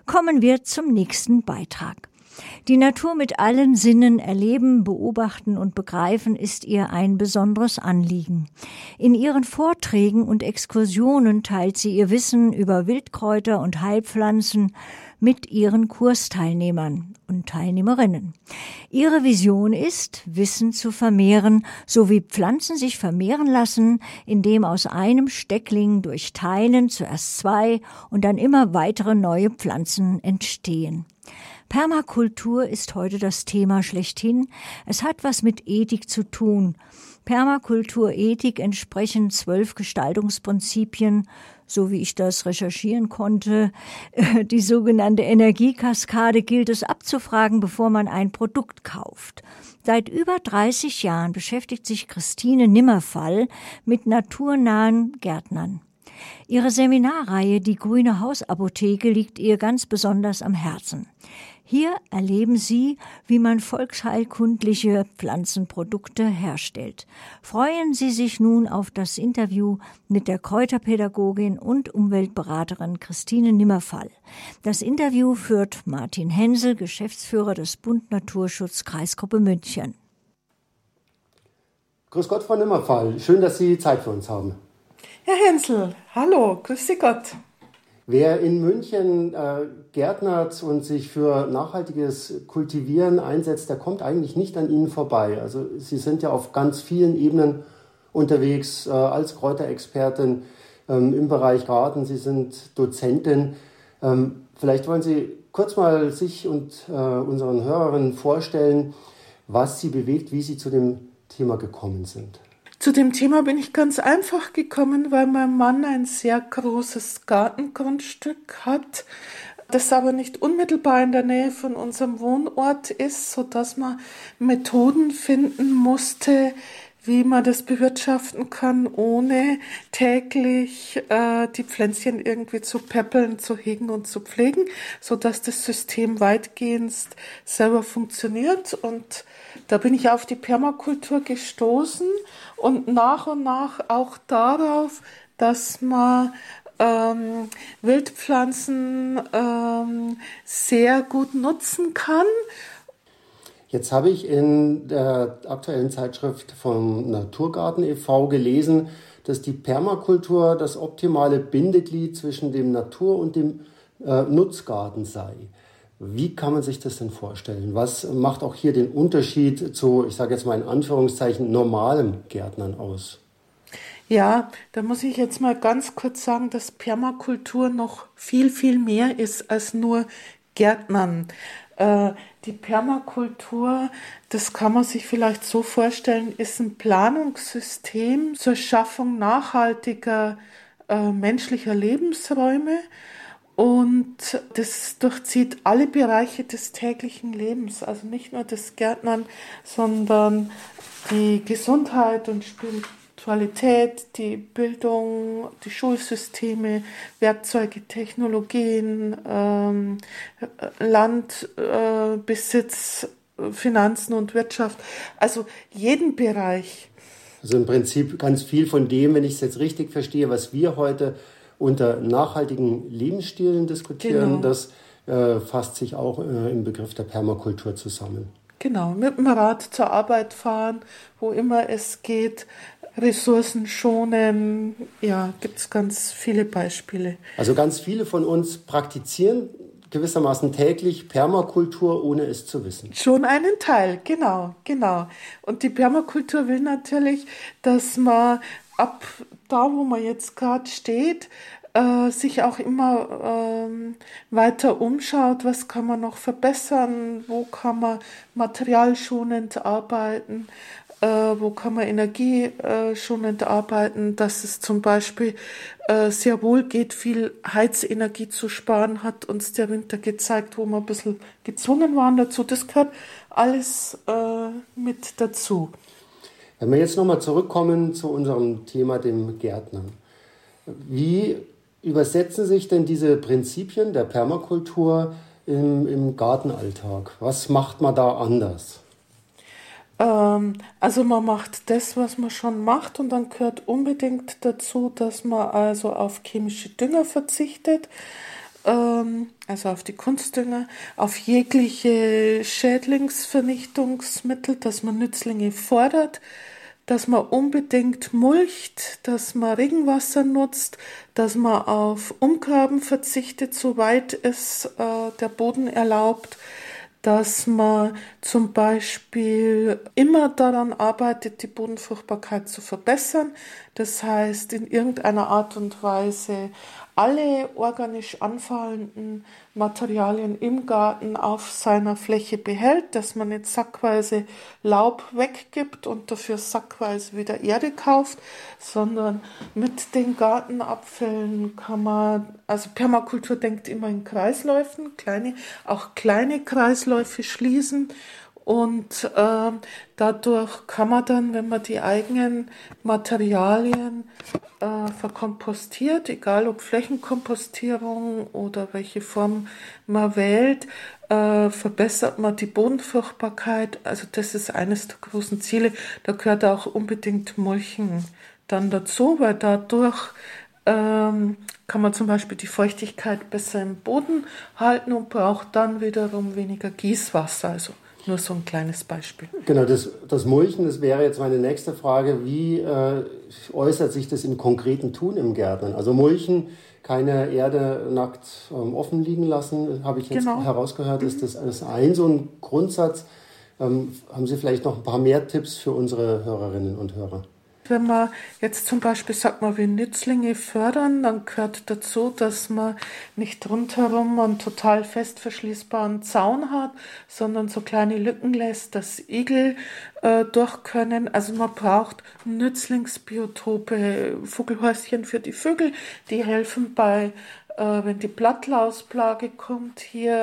Kommen wir zum nächsten Beitrag. Die Natur mit allen Sinnen erleben, beobachten und begreifen ist ihr ein besonderes Anliegen. In ihren Vorträgen und Exkursionen teilt sie ihr Wissen über Wildkräuter und Heilpflanzen mit ihren Kursteilnehmern und Teilnehmerinnen. Ihre Vision ist, Wissen zu vermehren, so wie Pflanzen sich vermehren lassen, indem aus einem Steckling durch Teilen zuerst 2 und dann immer weitere neue Pflanzen entstehen. Permakultur ist heute das Thema schlechthin. Es hat was mit Ethik zu tun. Permakulturethik entsprechen 12 Gestaltungsprinzipien, so wie ich das recherchieren konnte. Die sogenannte Energiekaskade gilt es abzufragen, bevor man ein Produkt kauft. Seit über 30 Jahren beschäftigt sich Christine Nimmerfall mit naturnahen Gärtnern. Ihre Seminarreihe Die grüne Hausapotheke liegt ihr ganz besonders am Herzen. Hier erleben Sie, wie man volksheilkundliche Pflanzenprodukte herstellt. Freuen Sie sich nun auf das Interview mit der Kräuterpädagogin und Umweltberaterin Christine Nimmerfall. Das Interview führt Martin Hensel, Geschäftsführer des Bund Naturschutz Kreisgruppe München. Grüß Gott, Frau Nimmerfall. Schön, dass Sie Zeit für uns haben. Herr Hensel, hallo, grüß Sie Gott. Wer in München gärtnert und sich für nachhaltiges Kultivieren einsetzt, der kommt eigentlich nicht an Ihnen vorbei. Also Sie sind ja auf ganz vielen Ebenen unterwegs als Kräuterexpertin im Bereich Garten. Sie sind Dozentin. Vielleicht wollen Sie kurz mal sich und unseren Hörerinnen vorstellen, was Sie bewegt, wie Sie zu dem Thema gekommen sind. Zu dem Thema bin ich ganz einfach gekommen, weil mein Mann ein sehr großes Gartengrundstück hat, das aber nicht unmittelbar in der Nähe von unserem Wohnort ist, sodass man Methoden finden musste, wie man das bewirtschaften kann, ohne täglich die Pflänzchen irgendwie zu päppeln, zu hegen und zu pflegen, sodass das System weitgehend selber funktioniert. Und da bin ich auf die Permakultur gestoßen und nach auch darauf, dass man Wildpflanzen sehr gut nutzen kann. Jetzt habe ich in der aktuellen Zeitschrift vom Naturgarten e.V. gelesen, dass die Permakultur das optimale Bindeglied zwischen dem Natur- und dem Nutzgarten sei. Wie kann man sich das denn vorstellen? Was macht auch hier den Unterschied zu, ich sage jetzt mal in Anführungszeichen, normalem Gärtnern aus? Ja, da muss ich jetzt mal ganz kurz sagen, dass Permakultur noch viel, viel mehr ist als nur Gärtnern. Die Permakultur, das kann man sich vielleicht so vorstellen, ist ein Planungssystem zur Schaffung nachhaltiger menschlicher Lebensräume. Und das durchzieht alle Bereiche des täglichen Lebens, also nicht nur das Gärtnern, sondern die Gesundheit und Spiritualität, die Bildung, die Schulsysteme, Werkzeuge, Technologien, Landbesitz, Finanzen und Wirtschaft, also jeden Bereich. Also im Prinzip ganz viel von dem, wenn ich es jetzt richtig verstehe, was wir heute unter nachhaltigen Lebensstilen diskutieren, genau. Das fasst sich auch im Begriff der Permakultur zusammen. Genau, mit dem Rad zur Arbeit fahren, wo immer es geht, Ressourcen schonen, ja, gibt es ganz viele Beispiele. Also ganz viele von uns praktizieren gewissermaßen täglich Permakultur, ohne es zu wissen. Schon einen Teil, genau. Und die Permakultur will natürlich, dass man ab da, wo man jetzt gerade steht, sich auch immer weiter umschaut, was kann man noch verbessern, wo kann man materialschonend arbeiten, wo kann man energieschonend arbeiten, dass es zum Beispiel sehr wohl geht, viel Heizenergie zu sparen, hat uns der Winter gezeigt, wo wir ein bisschen gezwungen waren dazu. Das gehört alles mit dazu. Wenn wir jetzt nochmal zurückkommen zu unserem Thema, dem Gärtnern. Wie übersetzen sich denn diese Prinzipien der Permakultur im Gartenalltag? Was macht man da anders? Also man macht das, was man schon macht, und dann gehört unbedingt dazu, dass man also auf chemische Dünger verzichtet. also auf die Kunstdünger, auf jegliche Schädlingsvernichtungsmittel, dass man Nützlinge fordert, dass man unbedingt mulcht, dass man Regenwasser nutzt, dass man auf Umgraben verzichtet, soweit es der Boden erlaubt, dass man zum Beispiel immer daran arbeitet, die Bodenfruchtbarkeit zu verbessern. Das heißt, in irgendeiner Art und Weise alle organisch anfallenden Materialien im Garten auf seiner Fläche behält, dass man nicht sackweise Laub weggibt und dafür sackweise wieder Erde kauft, sondern mit den Gartenabfällen kann man, also Permakultur denkt immer in Kreisläufen, auch kleine Kreisläufe schließen. Und dadurch kann man dann, wenn man die eigenen Materialien verkompostiert, egal ob Flächenkompostierung oder welche Form man wählt, verbessert man die Bodenfruchtbarkeit. Also das ist eines der großen Ziele. Da gehört auch unbedingt Mulchen dann dazu, weil dadurch kann man zum Beispiel die Feuchtigkeit besser im Boden halten und braucht dann wiederum weniger Gießwasser. Also nur so ein kleines Beispiel. Genau, das Mulchen, das wäre jetzt meine nächste Frage. Wie äußert sich das im konkreten Tun im Gärtnern? Also Mulchen, keine Erde nackt offen liegen lassen, habe ich jetzt herausgehört, ist das so ein Grundsatz. Haben Sie vielleicht noch ein paar mehr Tipps für unsere Hörerinnen und Hörer? Wenn man jetzt zum Beispiel sagt, man will Nützlinge fördern, dann gehört dazu, dass man nicht rundherum einen total fest verschließbaren Zaun hat, sondern so kleine Lücken lässt, dass Igel durch können. Also man braucht Nützlingsbiotope, Vogelhäuschen für die Vögel, die helfen bei wenn die Blattlausplage kommt,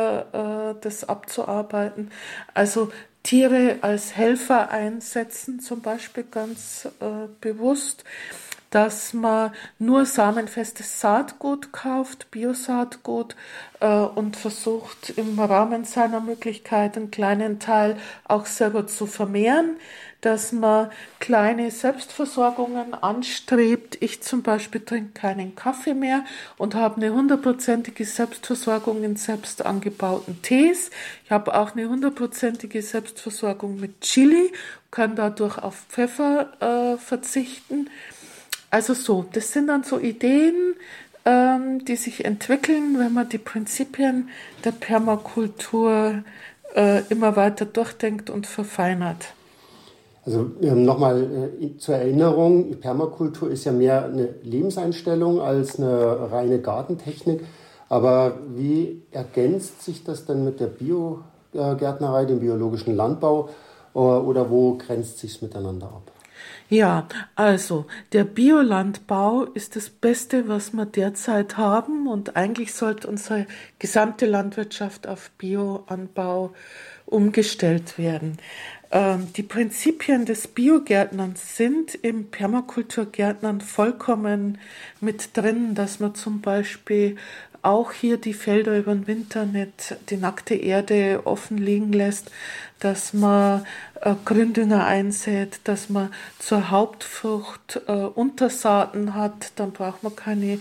hier das abzuarbeiten. Also Tiere als Helfer einsetzen, zum Beispiel ganz bewusst, dass man nur samenfestes Saatgut kauft, Biosaatgut, und versucht im Rahmen seiner Möglichkeit einen kleinen Teil auch selber zu vermehren, dass man kleine Selbstversorgungen anstrebt. Ich zum Beispiel trinke keinen Kaffee mehr und habe eine 100%ige Selbstversorgung in selbst angebauten Tees. Ich habe auch eine 100%ige Selbstversorgung mit Chili, kann dadurch auf Pfeffer verzichten. Also so, das sind dann so Ideen, die sich entwickeln, wenn man die Prinzipien der Permakultur immer weiter durchdenkt und verfeinert. Also nochmal zur Erinnerung, Permakultur ist ja mehr eine Lebenseinstellung als eine reine Gartentechnik. Aber wie ergänzt sich das denn mit der Biogärtnerei, dem biologischen Landbau, oder wo grenzt sich es miteinander ab? Ja, also der Biolandbau ist das Beste, was wir derzeit haben, und eigentlich sollte unsere gesamte Landwirtschaft auf Bioanbau umgestellt werden. Die Prinzipien des Biogärtnerns sind im Permakulturgärtnern vollkommen mit drin, dass man zum Beispiel auch hier die Felder über den Winter nicht die nackte Erde offen liegen lässt, dass man Gründünger einsät, dass man zur Hauptfrucht Untersaaten hat, dann braucht man keine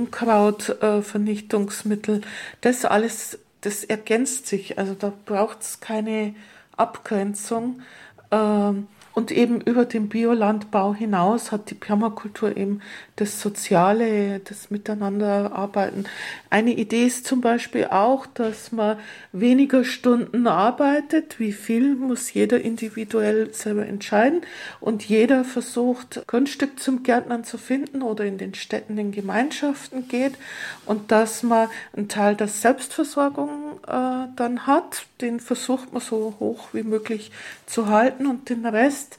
Unkrautvernichtungsmittel. Das alles, das ergänzt sich, also da braucht es keine Abgrenzung. Und eben über den Biolandbau hinaus hat die Permakultur eben das Soziale, das Miteinanderarbeiten. Eine Idee ist zum Beispiel auch, dass man weniger Stunden arbeitet. Wie viel muss jeder individuell selber entscheiden. Und jeder versucht, Grundstück zum Gärtnern zu finden oder in den Städten, in Gemeinschaften geht. Und dass man einen Teil der Selbstversorgung dann hat. Den versucht man so hoch wie möglich zu halten. Und den Rest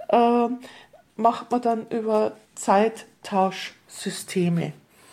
macht man dann über Zeittauschsysteme.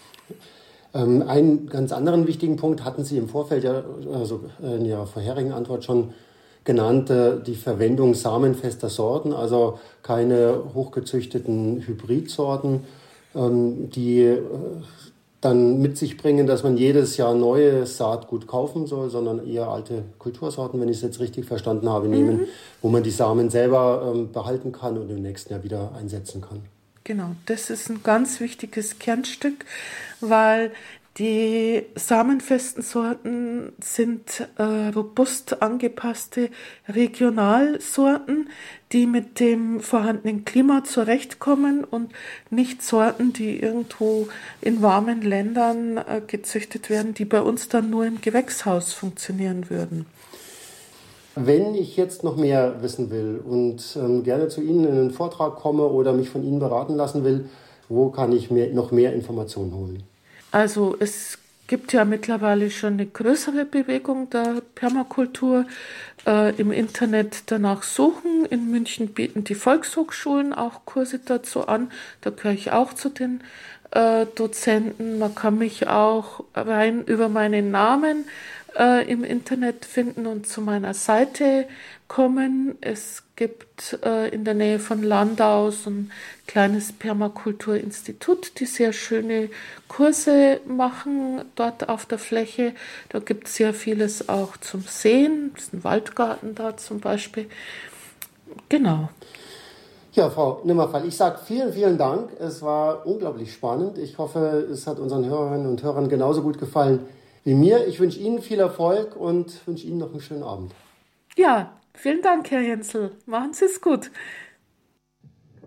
Einen ganz anderen wichtigen Punkt hatten Sie im Vorfeld ja also in Ihrer vorherigen Antwort schon genannt, die Verwendung samenfester Sorten, also keine hochgezüchteten Hybridsorten, die dann mit sich bringen, dass man jedes Jahr neues Saatgut kaufen soll, sondern eher alte Kultursorten, wenn ich es jetzt richtig verstanden habe, nehmen, wo man die Samen selber behalten kann und im nächsten Jahr wieder einsetzen kann. Genau, das ist ein ganz wichtiges Kernstück, weil Die samenfesten Sorten sind robust angepasste Regionalsorten, die mit dem vorhandenen Klima zurechtkommen und nicht Sorten, die irgendwo in warmen Ländern gezüchtet werden, die bei uns dann nur im Gewächshaus funktionieren würden. Wenn ich jetzt noch mehr wissen will und gerne zu Ihnen in einen Vortrag komme oder mich von Ihnen beraten lassen will, wo kann ich mir noch mehr Informationen holen? Also es gibt ja mittlerweile schon eine größere Bewegung der Permakultur. Im Internet danach suchen. In München bieten die Volkshochschulen auch Kurse dazu an. Da gehöre ich auch zu den Dozenten. Man kann mich auch rein über meinen Namen im Internet finden und zu meiner Seite kommen. Es gibt in der Nähe von Landau so ein kleines Permakulturinstitut, die sehr schöne Kurse machen dort auf der Fläche. Da gibt es sehr vieles auch zum Sehen. Es ist ein Waldgarten da zum Beispiel. Genau. Ja, Frau Nimmerfall, ich sage vielen, vielen Dank. Es war unglaublich spannend. Ich hoffe, es hat unseren Hörerinnen und Hörern genauso gut gefallen wie mir. Ich wünsche Ihnen viel Erfolg und wünsche Ihnen noch einen schönen Abend. Ja, vielen Dank, Herr Hensel. Machen Sie es gut.